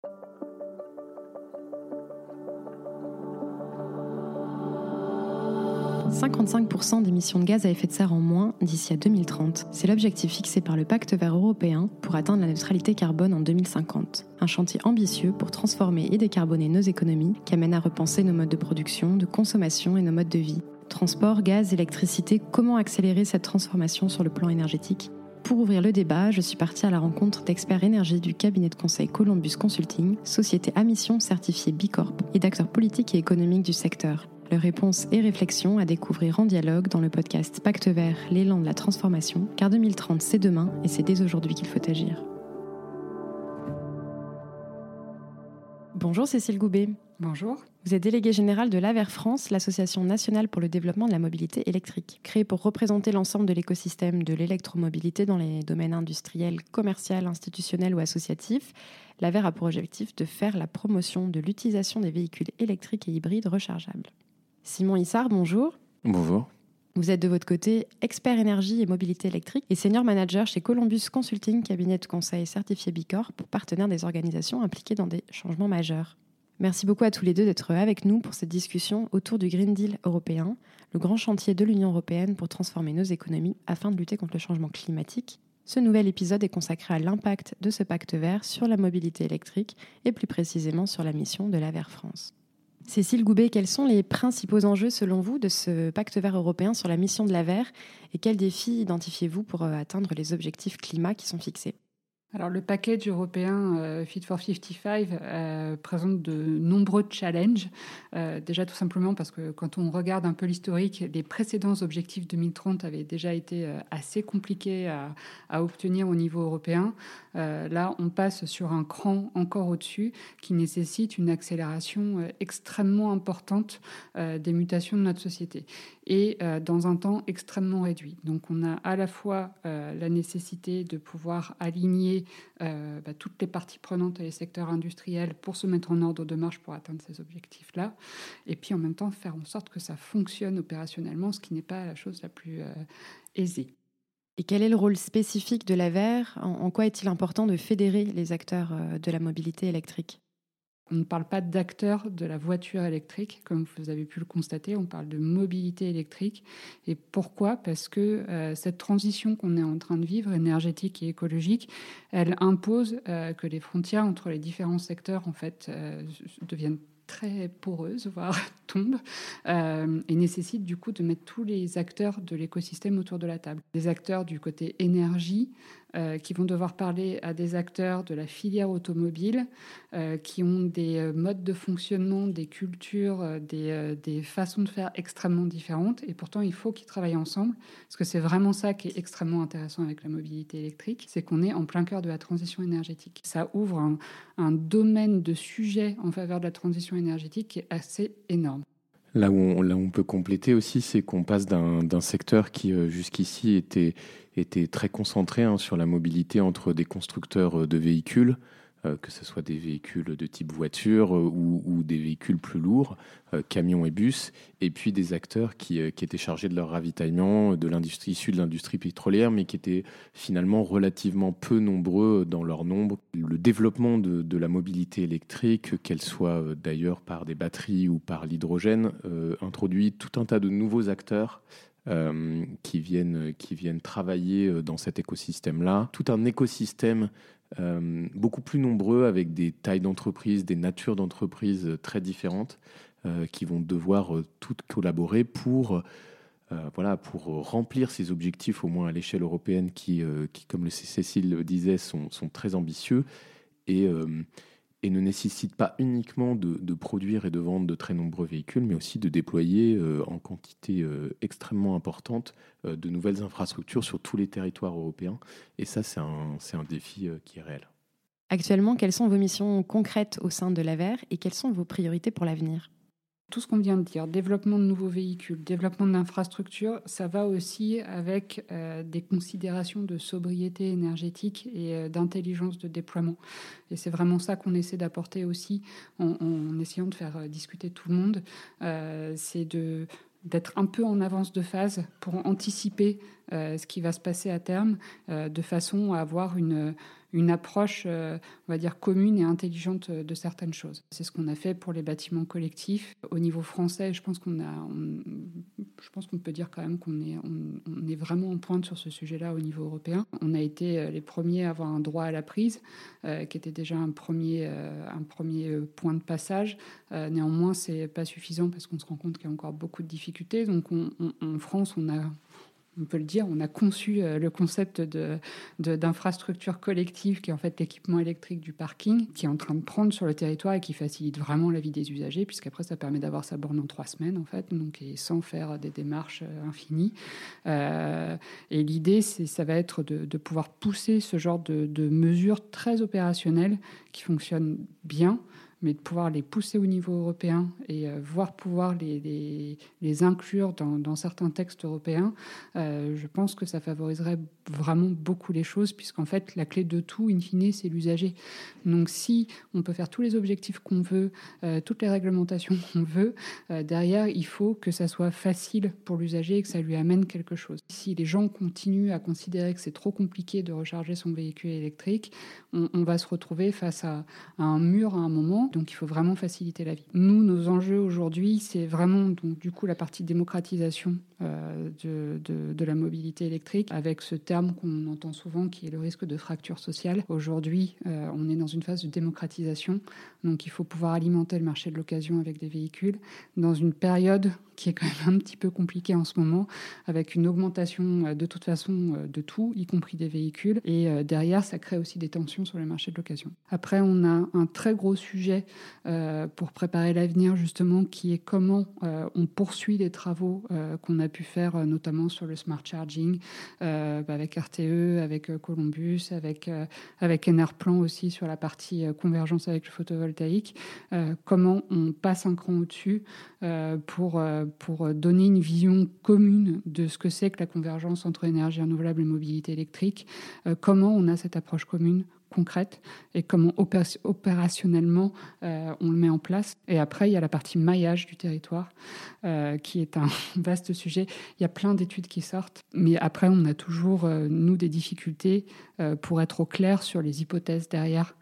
55% d'émissions de gaz à effet de serre en moins d'ici à 2030. C'est l'objectif fixé par le Pacte vert européen pour atteindre la neutralité carbone en 2050. Un chantier ambitieux pour transformer et décarboner nos économies qui amène à repenser nos modes de production, de consommation et nos modes de vie. Transport, gaz, électricité, comment accélérer cette transformation sur le plan énergétique ? Pour ouvrir le débat, je suis partie à la rencontre d'experts énergie du cabinet de conseil Columbus Consulting, société à mission certifiée B Corp, et d'acteurs politiques et économiques du secteur. Leurs réponses et réflexions à découvrir en dialogue dans le podcast Pacte vert, l'élan de la transformation, car 2030 c'est demain et c'est dès aujourd'hui qu'il faut agir. Bonjour Cécile Goubet. Bonjour. Vous êtes déléguée générale de l'AVER France, l'Association nationale pour le développement de la mobilité électrique, créée pour représenter l'ensemble de l'écosystème de l'électromobilité dans les domaines industriels, commercial, institutionnel ou associatif. L'AVER a pour objectif de faire la promotion de l'utilisation des véhicules électriques et hybrides rechargeables. Simon Issard, bonjour. Bonjour. Vous êtes de votre côté expert énergie et mobilité électrique et senior manager chez Columbus Consulting, cabinet de conseil certifié B Corp, partenaire des organisations impliquées dans des changements majeurs. Merci beaucoup à tous les deux d'être avec nous pour cette discussion autour du Green Deal européen, le grand chantier de l'Union européenne pour transformer nos économies afin de lutter contre le changement climatique. Ce nouvel épisode est consacré à l'impact de ce pacte vert sur la mobilité électrique et plus précisément sur la mission de l'AVER France. Cécile Goubet, quels sont les principaux enjeux selon vous de ce pacte vert européen sur la mission de l'AVER et quels défis identifiez-vous pour atteindre les objectifs climat qui sont fixés ? Alors, le package européen Fit for 55 présente de nombreux challenges. Déjà, tout simplement parce que quand on regarde un peu l'historique, les précédents objectifs 2030 avaient déjà été assez compliqués à obtenir au niveau européen. Là, on passe sur un cran encore au-dessus qui nécessite une accélération extrêmement importante des mutations de notre société et dans un temps extrêmement réduit. Donc, on a à la fois la nécessité de pouvoir aligner toutes les parties prenantes et les secteurs industriels pour se mettre en ordre de marche pour atteindre ces objectifs-là, et puis en même temps faire en sorte que ça fonctionne opérationnellement, ce qui n'est pas la chose la plus aisée. Et quel est le rôle spécifique de l'AVER ? En quoi est-il important de fédérer les acteurs de la mobilité électrique ? On ne parle pas d'acteurs de la voiture électrique, comme vous avez pu le constater, on parle de mobilité électrique. Et pourquoi ? Parce que cette transition qu'on est en train de vivre, énergétique et écologique, elle impose que les frontières entre les différents secteurs en fait, deviennent très poreuses, voire tombent, et nécessite du coup de mettre tous les acteurs de l'écosystème autour de la table. Des acteurs du côté énergie, qui vont devoir parler à des acteurs de la filière automobile, qui ont des modes de fonctionnement, des cultures, des façons de faire extrêmement différentes. Et pourtant, il faut qu'ils travaillent ensemble, parce que c'est vraiment ça qui est extrêmement intéressant avec la mobilité électrique, c'est qu'on est en plein cœur de la transition énergétique. Ça ouvre un domaine de sujets en faveur de la transition énergétique qui est assez énorme. Là où on peut compléter aussi, c'est qu'on passe d'un secteur qui jusqu'ici était très concentré sur la mobilité entre des constructeurs de véhicules, que ce soit des véhicules de type voiture ou des véhicules plus lourds, camions et bus, et puis des acteurs qui étaient chargés de leur ravitaillement, de l'industrie issue de l'industrie pétrolière, mais qui étaient finalement relativement peu nombreux dans leur nombre. Le développement de la mobilité électrique, qu'elle soit d'ailleurs par des batteries ou par l'hydrogène, introduit tout un tas de nouveaux acteurs qui viennent travailler dans cet écosystème-là. Tout un écosystème beaucoup plus nombreux avec des tailles d'entreprises, des natures d'entreprises très différentes qui vont devoir toutes collaborer pour remplir ces objectifs, au moins à l'échelle européenne, qui comme Cécile le disait, sont très ambitieux et ne nécessitent pas uniquement de produire et de vendre de très nombreux véhicules, mais aussi de déployer en quantité extrêmement importante de nouvelles infrastructures sur tous les territoires européens. Et ça, c'est un défi qui est réel. Actuellement, quelles sont vos missions concrètes au sein de l'AVER et quelles sont vos priorités pour l'avenir ? Tout ce qu'on vient de dire, développement de nouveaux véhicules, développement d'infrastructures, ça va aussi avec des considérations de sobriété énergétique et d'intelligence de déploiement. Et c'est vraiment ça qu'on essaie d'apporter aussi en essayant de faire discuter tout le monde. C'est de d'être un peu en avance de phase pour anticiper ce qui va se passer à terme, de façon à avoir une approche, on va dire, commune et intelligente de certaines choses. C'est ce qu'on a fait pour les bâtiments collectifs. Au niveau français, je pense qu'on peut dire quand même qu'on est vraiment en pointe sur ce sujet-là au niveau européen. On a été les premiers à avoir un droit à la prise, qui était déjà un premier point de passage. Néanmoins, c'est pas suffisant parce qu'on se rend compte qu'il y a encore beaucoup de difficultés. Donc, en France, on peut le dire, on a conçu le concept d'infrastructure collective qui est en fait l'équipement électrique du parking, qui est en train de prendre sur le territoire et qui facilite vraiment la vie des usagers, puisqu'après ça permet d'avoir sa borne en 3 semaines en fait, donc, et sans faire des démarches infinies. Et l'idée, ça va être de pouvoir pousser ce genre de mesures très opérationnelles qui fonctionnent bien, mais de pouvoir les pousser au niveau européen et voir pouvoir les inclure dans certains textes européens, je pense que ça favoriserait vraiment beaucoup les choses, puisqu'en fait, la clé de tout, in fine, c'est l'usager. Donc, si on peut faire tous les objectifs qu'on veut, toutes les réglementations qu'on veut, derrière, il faut que ça soit facile pour l'usager et que ça lui amène quelque chose. Si les gens continuent à considérer que c'est trop compliqué de recharger son véhicule électrique, on va se retrouver face à un mur à un moment. Donc, il faut vraiment faciliter la vie. Nous, nos enjeux aujourd'hui, c'est vraiment donc, du coup la partie démocratisation de la mobilité électrique, avec ce terme qu'on entend souvent qui est le risque de fracture sociale. Aujourd'hui, on est dans une phase de démocratisation, donc il faut pouvoir alimenter le marché de l'occasion avec des véhicules dans une période qui est quand même un petit peu compliquée en ce moment, avec une augmentation de toute façon de tout, y compris des véhicules, et derrière, ça crée aussi des tensions sur le marché de l'occasion. Après, on a un très gros sujet pour préparer l'avenir, justement, qui est comment on poursuit les travaux qu'on a pu faire, notamment sur le smart charging, avec RTE, avec Columbus, avec Enerplan aussi sur la partie convergence avec le photovoltaïque. Comment on passe un cran au-dessus pour donner une vision commune de ce que c'est que la convergence entre énergie renouvelable et mobilité électrique. Comment on a cette approche commune, concrète, et comment opérationnellement on le met en place. Et après, il y a la partie maillage du territoire, qui est un vaste sujet. Il y a plein d'études qui sortent, mais après, on a toujours, nous, des difficultés pour être au clair sur les hypothèses derrière,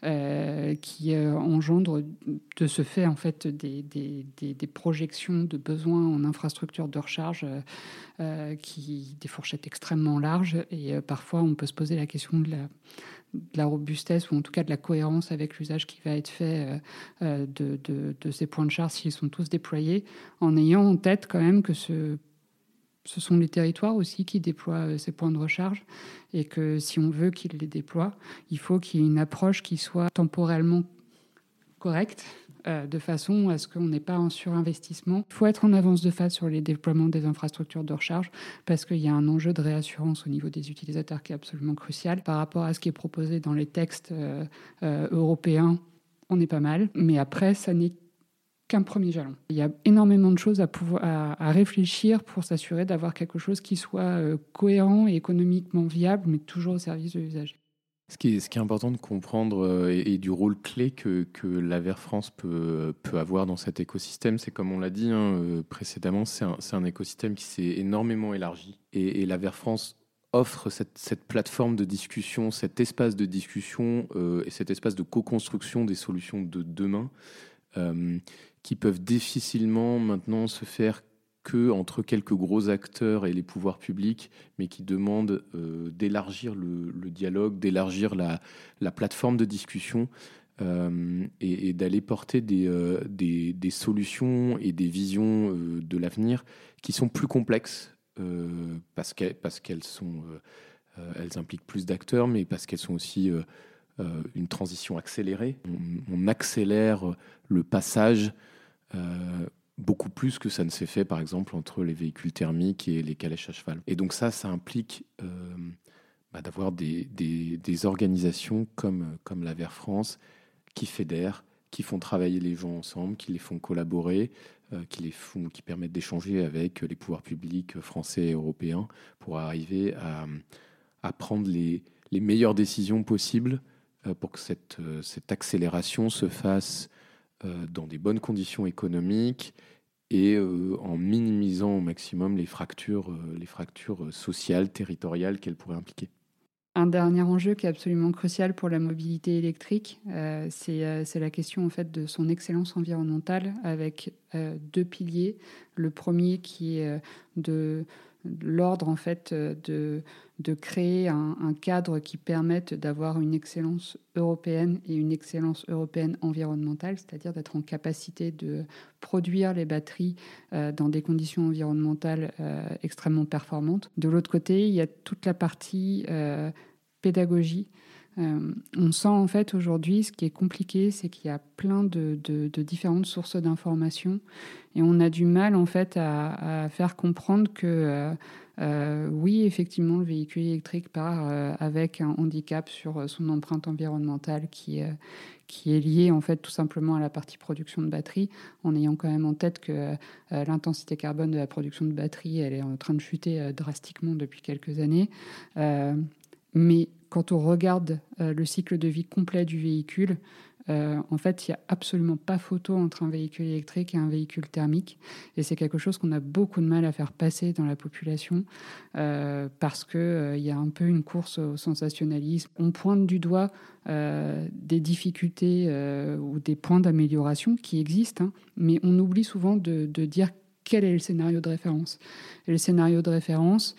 qui engendrent de ce fait, en fait, des projections de besoins en infrastructures de recharge, des fourchettes extrêmement larges, et parfois, on peut se poser la question de la robustesse, ou en tout cas de la cohérence avec l'usage qui va être fait de ces points de charge s'ils sont tous déployés, en ayant en tête quand même que ce sont les territoires aussi qui déploient ces points de recharge, et que si on veut qu'ils les déploient, il faut qu'il y ait une approche qui soit temporellement correcte, de façon à ce qu'on n'ait pas un surinvestissement. Il faut être en avance de phase sur les déploiements des infrastructures de recharge, parce qu'il y a un enjeu de réassurance au niveau des utilisateurs qui est absolument crucial. Par rapport à ce qui est proposé dans les textes européens, on est pas mal, mais après, ça n'est qu'un premier jalon. Il y a énormément de choses à réfléchir pour s'assurer d'avoir quelque chose qui soit cohérent et économiquement viable, mais toujours au service de l'usager. Ce qui est important de comprendre et du rôle clé que l'Aver France peut avoir dans cet écosystème, c'est comme on l'a dit précédemment, c'est un écosystème qui s'est énormément élargi. Et l'Aver France offre cette plateforme de discussion, cet espace de discussion et cet espace de co-construction des solutions de demain qui peuvent difficilement maintenant se faire que entre quelques gros acteurs et les pouvoirs publics, mais qui demandent d'élargir le dialogue, d'élargir la plateforme de discussion et d'aller porter des solutions et des visions de l'avenir qui sont plus complexes parce qu'elles impliquent plus d'acteurs, mais parce qu'elles sont aussi une transition accélérée. On accélère le passage beaucoup plus que ça ne s'est fait, par exemple, entre les véhicules thermiques et les calèches à cheval. Et donc ça implique d'avoir des organisations comme l'Aver France qui fédèrent, qui font travailler les gens ensemble, qui les font collaborer, qui permettent d'échanger avec les pouvoirs publics français et européens pour arriver à prendre les meilleures décisions possibles pour que cette accélération se fasse dans des bonnes conditions économiques et en minimisant au maximum les fractures sociales, territoriales qu'elles pourraient impliquer. Un dernier enjeu qui est absolument crucial pour la mobilité électrique, c'est la question en fait de son excellence environnementale avec deux piliers. Le premier qui est de l'ordre en fait de créer un cadre qui permette d'avoir une excellence européenne et une excellence européenne environnementale, c'est-à-dire d'être en capacité de produire les batteries dans des conditions environnementales extrêmement performantes. De l'autre côté, il y a toute la partie pédagogie. On sent en fait aujourd'hui, ce qui est compliqué, c'est qu'il y a plein de différentes sources d'informations et on a du mal en fait à faire comprendre que oui, effectivement, le véhicule électrique part avec un handicap sur son empreinte environnementale qui est liée en fait tout simplement à la partie production de batterie, en ayant quand même en tête que l'intensité carbone de la production de batterie, elle est en train de chuter drastiquement depuis quelques années. Mais quand on regarde le cycle de vie complet du véhicule, en fait, il n'y a absolument pas photo entre un véhicule électrique et un véhicule thermique. Et c'est quelque chose qu'on a beaucoup de mal à faire passer dans la population parce qu'il y a un peu une course au sensationnalisme. On pointe du doigt des difficultés ou des points d'amélioration qui existent, mais on oublie souvent de dire quel est le scénario de référence. Et le scénario de référence,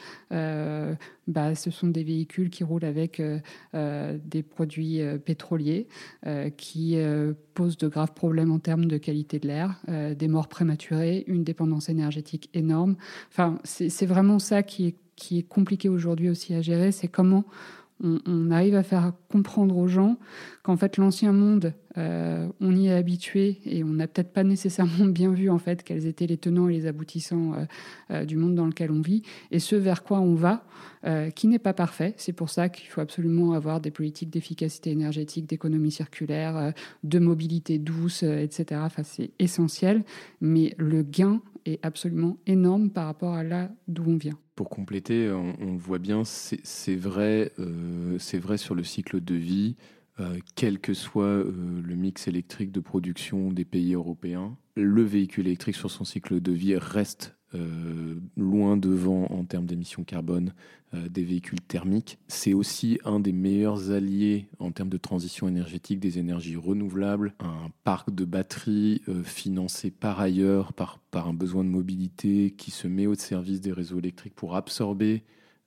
ce sont des véhicules qui roulent avec des produits pétroliers qui posent de graves problèmes en termes de qualité de l'air, des morts prématurées, une dépendance énergétique énorme. Enfin, c'est vraiment ça qui est compliqué aujourd'hui aussi à gérer, c'est comment on arrive à faire comprendre aux gens qu'en fait l'ancien monde, on y est habitué et on n'a peut-être pas nécessairement bien vu en fait quels étaient les tenants et les aboutissants du monde dans lequel on vit et ce vers quoi on va, qui n'est pas parfait. C'est pour ça qu'il faut absolument avoir des politiques d'efficacité énergétique, d'économie circulaire, de mobilité douce, etc. Enfin, c'est essentiel, mais le gain est absolument énorme par rapport à là d'où on vient. Pour compléter, on voit bien, c'est vrai sur le cycle de vie, quel que soit le mix électrique de production des pays européens, le véhicule électrique sur son cycle de vie reste loin devant en termes d'émissions carbone des véhicules thermiques. C'est aussi un des meilleurs alliés en termes de transition énergétique des énergies renouvelables. Un parc de batteries financé par ailleurs par un besoin de mobilité qui se met au service des réseaux électriques pour absorber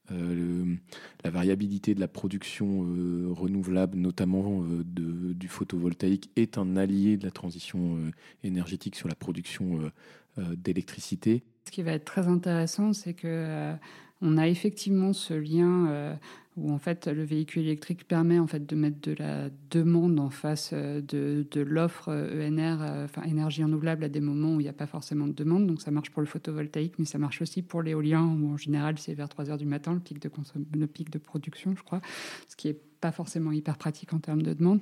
la variabilité de la production renouvelable, notamment du photovoltaïque, est un allié de la transition énergétique sur la production d'électricité. Ce qui va être très intéressant, c'est que on a effectivement ce lien où en fait le véhicule électrique permet en fait de mettre de la demande en face de l'offre ENR, énergie renouvelable, à des moments où il n'y a pas forcément de demande. Donc ça marche pour le photovoltaïque, mais ça marche aussi pour l'éolien, où en général c'est vers 3h du matin le pic de production, je crois, ce qui est pas forcément hyper pratique en termes de demande.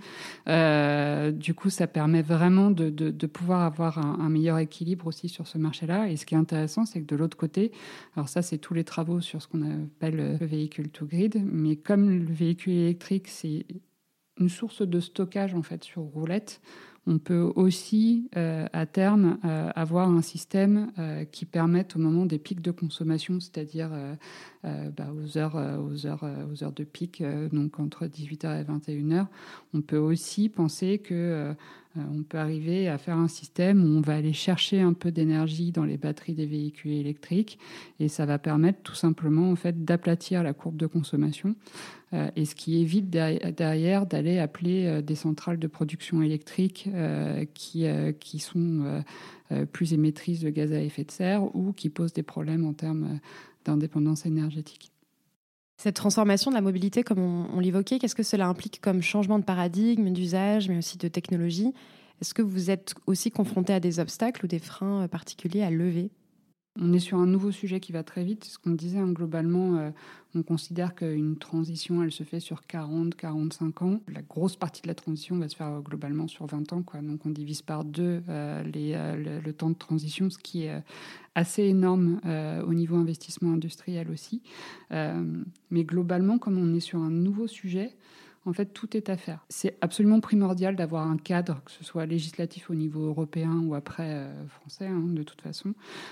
Du coup, ça permet vraiment de pouvoir avoir un meilleur équilibre aussi sur ce marché-là. Et ce qui est intéressant, c'est que de l'autre côté, alors ça, c'est tous les travaux sur ce qu'on appelle le véhicule to grid, mais comme le véhicule électrique, c'est une source de stockage en fait sur roulette, on peut aussi, à terme, avoir un système qui permette au moment des pics de consommation, c'est-à-dire aux heures de pic, donc entre 18h et 21h, on peut aussi penser que on peut arriver à faire un système où on va aller chercher un peu d'énergie dans les batteries des véhicules électriques et ça va permettre tout simplement en fait d'aplatir la courbe de consommation et ce qui évite derrière d'aller appeler des centrales de production électrique qui sont plus émettrices de gaz à effet de serre ou qui posent des problèmes en termes d'indépendance énergétique. Cette transformation de la mobilité, comme on l'évoquait, qu'est-ce que cela implique comme changement de paradigme, d'usage, mais aussi de technologie ? Est-ce que vous êtes aussi confronté à des obstacles ou des freins particuliers à lever ? On est sur un nouveau sujet qui va très vite. Ce qu'on disait, globalement, on considère qu'une transition, elle se fait sur 40-45 ans. La grosse partie de la transition va se faire globalement sur 20 ans, quoi. Donc on divise par deux le temps de transition, ce qui est assez énorme au niveau investissement industriel aussi. Mais globalement, comme on est sur un nouveau sujet, En fait, tout est à faire. C'est absolument primordial d'avoir un cadre, que ce soit législatif au niveau européen ou après français, de toute façon,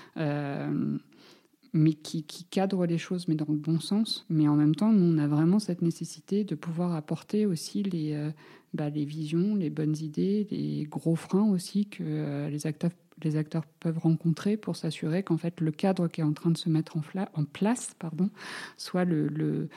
mais qui cadre les choses, mais dans le bon sens. Mais en même temps, nous, on a vraiment cette nécessité de pouvoir apporter aussi les visions, les bonnes idées, les gros freins aussi que les acteurs peuvent rencontrer pour s'assurer qu'en fait, le cadre qui est en train de se mettre en place soit le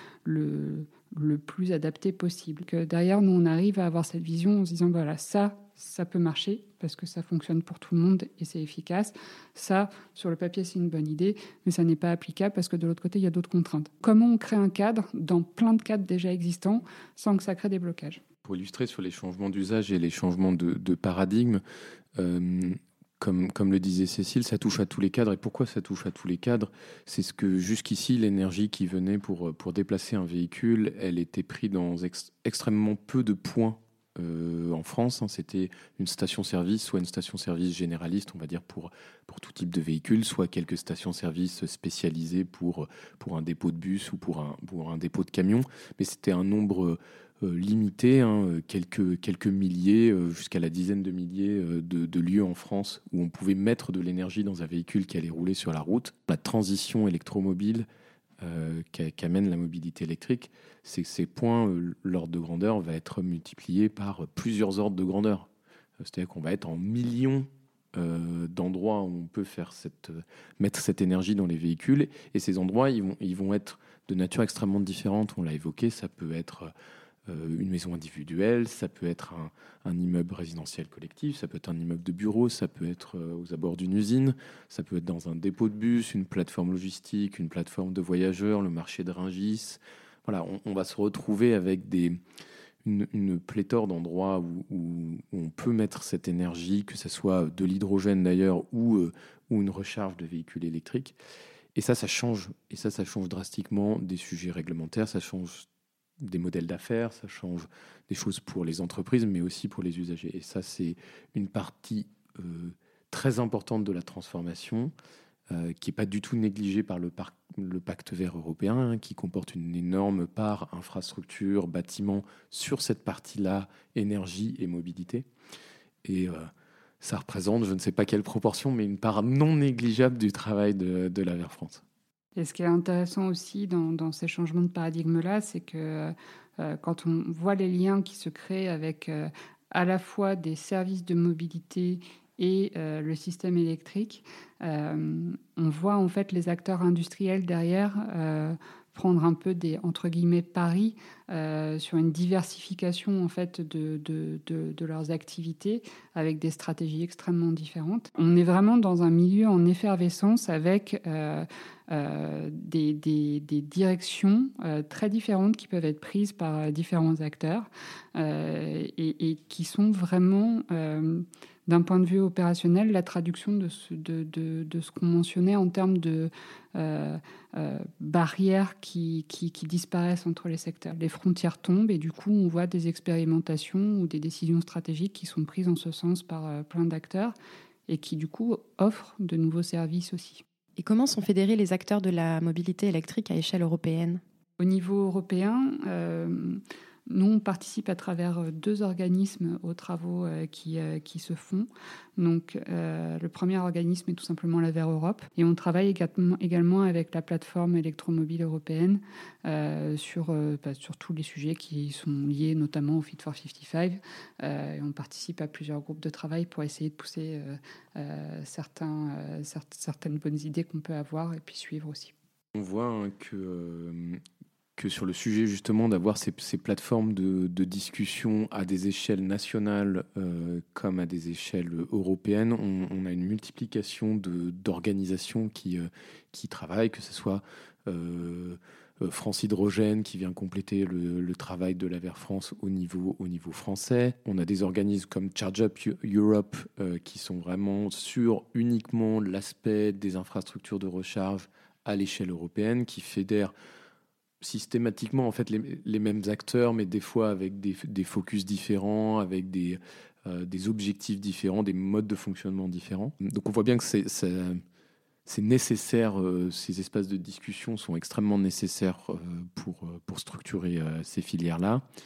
plus adapté possible. Que derrière, nous, on arrive à avoir cette vision en se disant, voilà, ça peut marcher parce que ça fonctionne pour tout le monde et c'est efficace. Ça, sur le papier, c'est une bonne idée, mais ça n'est pas applicable parce que de l'autre côté, il y a d'autres contraintes. Comment on crée un cadre dans plein de cadres déjà existants sans que ça crée des blocages ? Pour illustrer sur les changements d'usage et les changements de paradigme, comme le disait Cécile, ça touche à tous les cadres. Et pourquoi ça touche à tous les cadres ? C'est ce que jusqu'ici, l'énergie qui venait pour déplacer un véhicule, elle était prise dans extrêmement peu de points en France. C'était une station-service, soit une station-service généraliste, on va dire, pour tout type de véhicule, soit quelques stations-service spécialisées pour un dépôt de bus ou pour un dépôt de camion. Mais c'était un nombre limité, quelques milliers, jusqu'à la dizaine de milliers de lieux en France où on pouvait mettre de l'énergie dans un véhicule qui allait rouler sur la route. La transition électromobile qu'amène la mobilité électrique, c'est que ces points, l'ordre de grandeur va être multiplié par plusieurs ordres de grandeur. C'est-à-dire qu'on va être en millions d'endroits où on peut mettre cette énergie dans les véhicules. Et ces endroits, ils vont être de nature extrêmement différente. On l'a évoqué, ça peut être une maison individuelle, ça peut être un immeuble résidentiel collectif, ça peut être un immeuble de bureau, ça peut être aux abords d'une usine, ça peut être dans un dépôt de bus, une plateforme logistique, une plateforme de voyageurs, le marché de Rungis. Voilà, on va se retrouver avec une pléthore d'endroits où on peut mettre cette énergie, que ce soit de l'hydrogène d'ailleurs ou une recharge de véhicules électriques. Et ça change. Et ça change drastiquement des sujets réglementaires, ça change des modèles d'affaires, ça change des choses pour les entreprises, mais aussi pour les usagers. Et ça, c'est une partie très importante de la transformation qui n'est pas du tout négligée par le pacte vert européen, qui comporte une énorme part infrastructure, bâtiment, sur cette partie-là, énergie et mobilité. Et ça représente, je ne sais pas quelle proportion, mais une part non négligeable du travail de la Vert France. Et ce qui est intéressant aussi dans ces changements de paradigme-là, c'est que quand on voit les liens qui se créent avec à la fois des services de mobilité et le système électrique, on voit en fait les acteurs industriels derrière prendre un peu des entre guillemets paris sur une diversification en fait de leurs activités avec des stratégies extrêmement différentes. On est vraiment dans un milieu en effervescence avec des directions très différentes qui peuvent être prises par différents acteurs et qui sont vraiment d'un point de vue opérationnel, la traduction de ce qu'on mentionnait en termes de barrières qui disparaissent entre les secteurs. Les frontières tombent et du coup, on voit des expérimentations ou des décisions stratégiques qui sont prises en ce sens par plein d'acteurs et qui, du coup, offrent de nouveaux services aussi. Et comment sont fédérés les acteurs de la mobilité électrique à échelle européenne ? Au niveau européen, nous, on participe à travers 2 organismes aux travaux qui se font. Donc, le premier organisme est tout simplement la Vert Europe. Et on travaille également avec la plateforme électromobile européenne sur tous les sujets qui sont liés notamment au Fit for 55. Et on participe à plusieurs groupes de travail pour essayer de pousser certaines bonnes idées qu'on peut avoir et puis suivre aussi. On voit que sur le sujet justement d'avoir ces plateformes de discussion à des échelles nationales comme à des échelles européennes, on a une multiplication d'organisations qui travaillent, que ce soit France Hydrogène qui vient compléter le travail de la Vert France au niveau français. On a des organismes comme Charge Up Europe qui sont vraiment sur uniquement l'aspect des infrastructures de recharge à l'échelle européenne, qui fédèrent systématiquement en fait les mêmes acteurs, mais des fois avec des focus différents, avec des objectifs différents, des modes de fonctionnement différents. Donc on voit bien que c'est nécessaire, ces espaces de discussion sont extrêmement nécessaires pour structurer ces filières-là.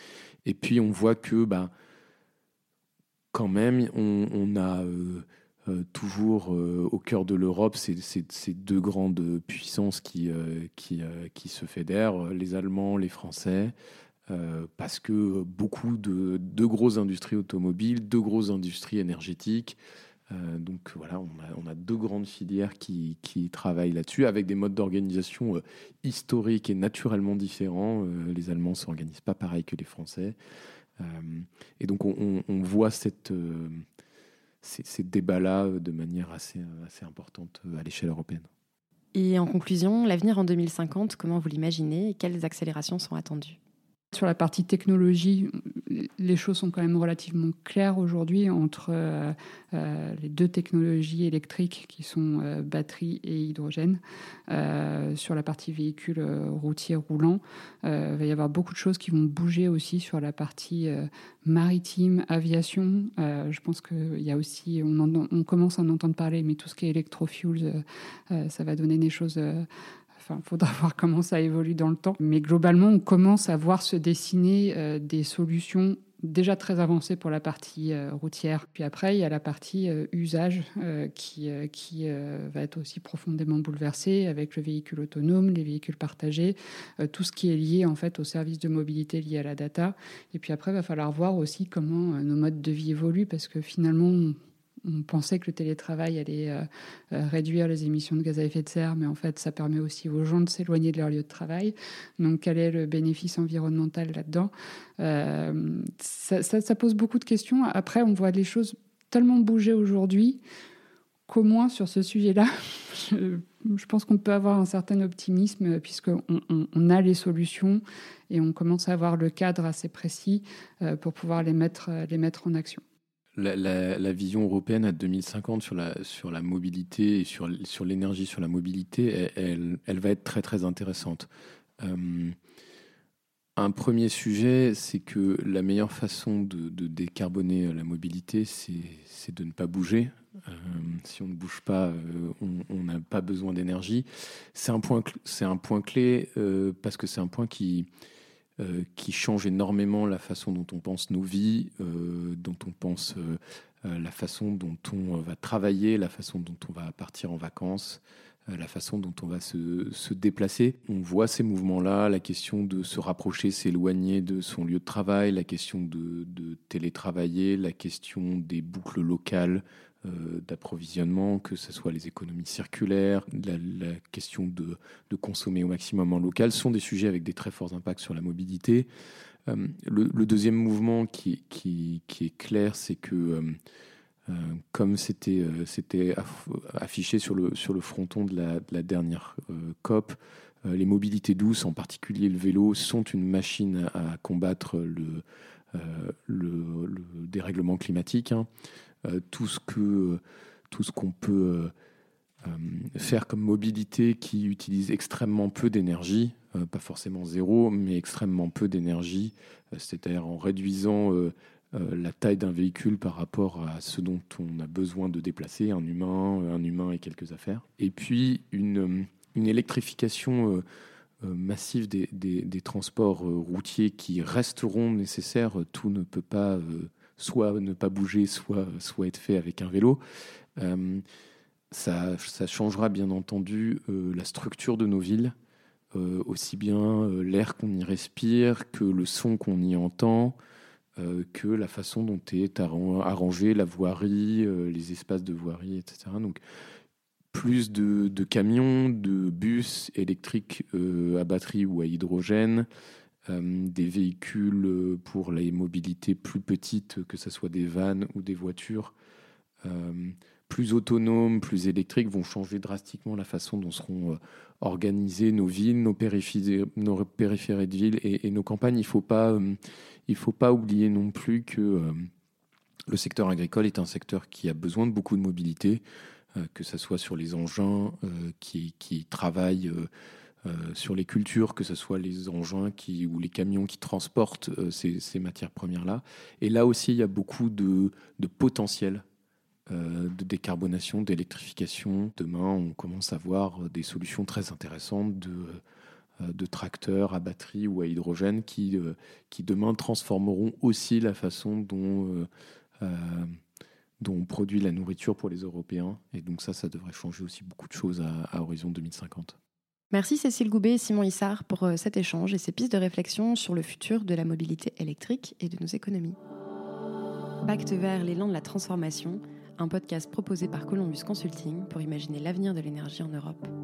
Et puis on voit que quand même, on a toujours au cœur de l'Europe ces deux grandes puissances qui se fédèrent, les Allemands, les Français, parce que beaucoup de grosses industries automobiles, de grosses industries énergétiques. Donc voilà, on a deux grandes filières qui travaillent là-dessus, avec des modes d'organisation historiques et naturellement différents. Les Allemands ne s'organisent pas pareil que les Français. Et donc on voit ces débats-là de manière assez importante à l'échelle européenne. Et en conclusion, l'avenir en 2050, comment vous l'imaginez et quelles accélérations sont attendues ? Sur la partie technologie, les choses sont quand même relativement claires aujourd'hui entre les deux technologies électriques qui sont batterie et hydrogène. Sur la partie véhicule routier roulant, il va y avoir beaucoup de choses qui vont bouger aussi sur la partie maritime, aviation. Je pense qu'il y a aussi, on commence à en entendre parler, mais tout ce qui est electrofuels, ça va donner des choses... Enfin, il faudra voir comment ça évolue dans le temps. Mais globalement, on commence à voir se dessiner des solutions déjà très avancées pour la partie routière. Puis après, il y a la partie usage qui va être aussi profondément bouleversée avec le véhicule autonome, les véhicules partagés, tout ce qui est lié en fait aux services de mobilité liés à la data. Et puis après, il va falloir voir aussi comment nos modes de vie évoluent parce que finalement... On pensait que le télétravail allait réduire les émissions de gaz à effet de serre, mais en fait, ça permet aussi aux gens de s'éloigner de leur lieu de travail. Donc, quel est le bénéfice environnemental là-dedans ? Ça pose beaucoup de questions. Après, on voit les choses tellement bouger aujourd'hui qu'au moins sur ce sujet-là, je pense qu'on peut avoir un certain optimisme puisqu'on a les solutions et on commence à avoir le cadre assez précis pour pouvoir les mettre en action. La vision européenne à 2050 sur la mobilité et sur l'énergie, sur la mobilité, elle va être très très intéressante. Un premier sujet, c'est que la meilleure façon de décarboner la mobilité, c'est de ne pas bouger. Si on ne bouge pas, on n'a pas besoin d'énergie. C'est un point clé parce que c'est un point qui change énormément la façon dont on pense nos vies, dont on pense la façon dont on va travailler, la façon dont on va partir en vacances, la façon dont on va se déplacer. On voit ces mouvements-là, la question de se rapprocher, s'éloigner de son lieu de travail, la question de télétravailler, la question des boucles locales d'approvisionnement, que ce soit les économies circulaires, la question de consommer au maximum en local, sont des sujets avec des très forts impacts sur la mobilité. Le deuxième mouvement qui est clair, c'est que comme c'était affiché sur le fronton de la dernière COP, les mobilités douces, en particulier le vélo, sont une machine à combattre le dérèglement climatique. Tout ce qu'on peut faire comme mobilité qui utilise extrêmement peu d'énergie, pas forcément zéro, mais extrêmement peu d'énergie, c'est-à-dire en réduisant la taille d'un véhicule par rapport à ce dont on a besoin de déplacer, un humain et quelques affaires. Et puis une électrification massive des transports routiers qui resteront nécessaires. Tout ne peut pas soit ne pas bouger, soit être fait avec un vélo. Ça changera bien entendu la structure de nos villes, aussi bien l'air qu'on y respire, que le son qu'on y entend, que la façon dont est arrangée la voirie, les espaces de voirie, etc. Donc, plus de camions, de bus électriques à batterie ou à hydrogène, des véhicules pour les mobilités plus petites, que ce soit des vannes ou des voitures, plus autonomes, plus électriques, vont changer drastiquement la façon dont seront organisées nos villes, nos périphéries de villes et nos campagnes. Il ne faut pas oublier non plus que le secteur agricole est un secteur qui a besoin de beaucoup de mobilité, que ce soit sur les engins qui travaillent sur les cultures, que ce soit les engins ou les camions qui transportent ces matières premières-là. Et là aussi, il y a beaucoup de potentiel de décarbonation, d'électrification. Demain, on commence à voir des solutions très intéressantes de tracteurs à batterie ou à hydrogène qui demain transformeront aussi la façon dont on produit la nourriture pour les Européens. Et donc ça devrait changer aussi beaucoup de choses à horizon 2050. Merci Cécile Goubet et Simon Issard pour cet échange et ces pistes de réflexion sur le futur de la mobilité électrique et de nos économies. Pacte vers l'élan de la transformation, un podcast proposé par Columbus Consulting pour imaginer l'avenir de l'énergie en Europe.